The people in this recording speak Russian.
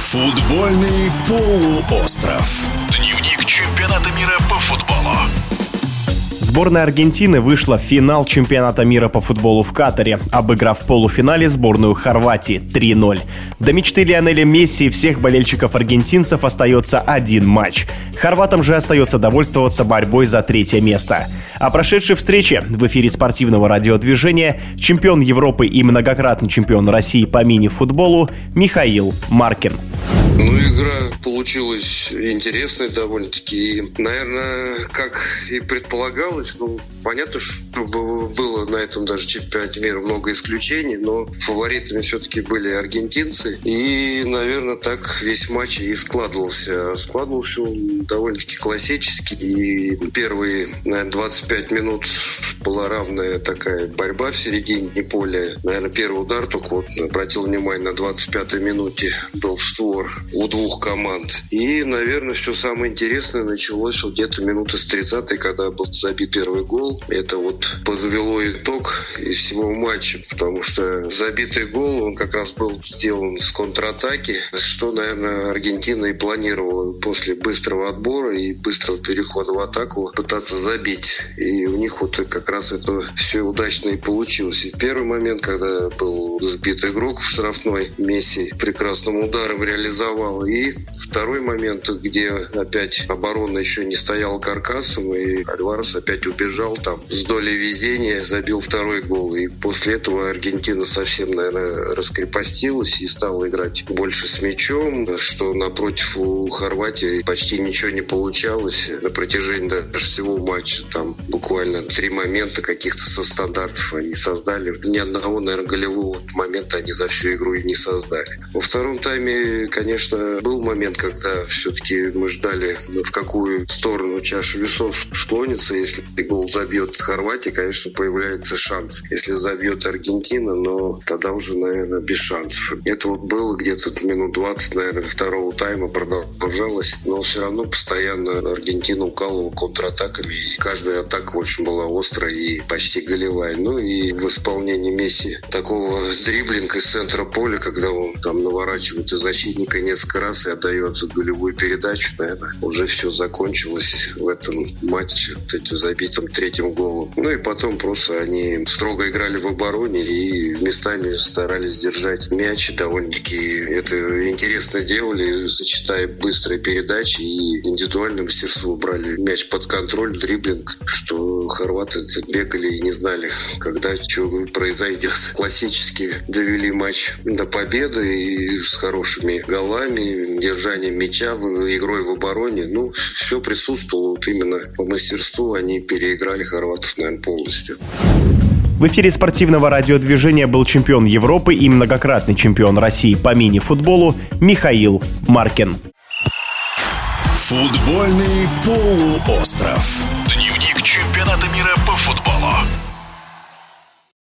Футбольный полуостров. Дневник чемпионата мира по футболу. Сборная Аргентины вышла в финал чемпионата мира по футболу в Катаре, обыграв в полуфинале сборную Хорватии 3-0. До мечты Лионеля Месси и всех болельщиков-аргентинцев остается один матч. Хорватам же остается довольствоваться борьбой за третье место. О прошедшей встрече в эфире спортивного радиодвижения чемпион Европы и многократный чемпион России по мини-футболу Михаил Маркин. Игра получилась интересной довольно-таки. И, наверное, как и предполагалось, понятно, что было на этом даже чемпионате мира много исключений, но фаворитами все-таки были аргентинцы. И, наверное, так весь матч и складывался. Складывался он довольно-таки классически. И первые, наверное, 25 минут была равная такая борьба в середине поля. Наверное, первый удар только обратил внимание на 25-й минуте был в створ у двух команд. И, наверное, все самое интересное началось где-то минуты с 30-й, когда был забит первый гол. Это подвело итог из всего матча, потому что забитый гол, он как раз был сделан с контратаки, что, наверное, Аргентина и планировала после быстрого отбора и быстрого перехода в атаку пытаться забить. И у них как раз это все удачно и получилось. И первый момент, когда был сбит игрок в штрафной, Месси прекрасным ударом реализовал. И второй момент, где опять оборона еще не стояла каркасом, и Альварес опять убежал там с долей везения, забил второй гол. И после этого Аргентина совсем, наверное, раскрепостилась и стала играть больше с мячом, что напротив у Хорватии почти ничего не получалось на протяжении даже всего матча. Там буквально 3 момента каких-то со стандартов они создали. Ни одного, наверное, голевого момента они за всю игру и не создали. Во втором тайме, конечно, был момент, когда все-таки мы ждали, в какую сторону чаша весов склонится. Если гол забьет Хорватия, конечно, появляется шанс. Если забьет Аргентина, но тогда уже, наверное, без шансов. Это было где-то минут 20, наверное, второго тайма продолжалось. Но все равно постоянно Аргентина укалывала контратаками. И каждая атака очень была острая и почти голевая. И в исполнении Месси такого дриблинга из центра поля, когда он там наворачивает из защитника несколько раз и отдает голевую передачу, наверное, уже все закончилось в этом матче этим забитым третьим голом. И потом просто они строго играли в обороне и местами старались держать мяч. Довольно-таки это интересно делали, сочетая быстрые передачи и индивидуальное мастерство. Брали мяч под контроль, дриблинг, что хорваты бегали и не знали, когда что произойдет. Классически довели матч до победы и с хорошими голами, держанием мяча, игрой в обороне. Все присутствовало именно по мастерству. Они переиграли хорватов, наверное, полностью. В эфире спортивного радиодвижения был чемпион Европы и многократный чемпион России по мини-футболу Михаил Маркин. Футбольный полуостров. Дневник чемпионата мира по футболу.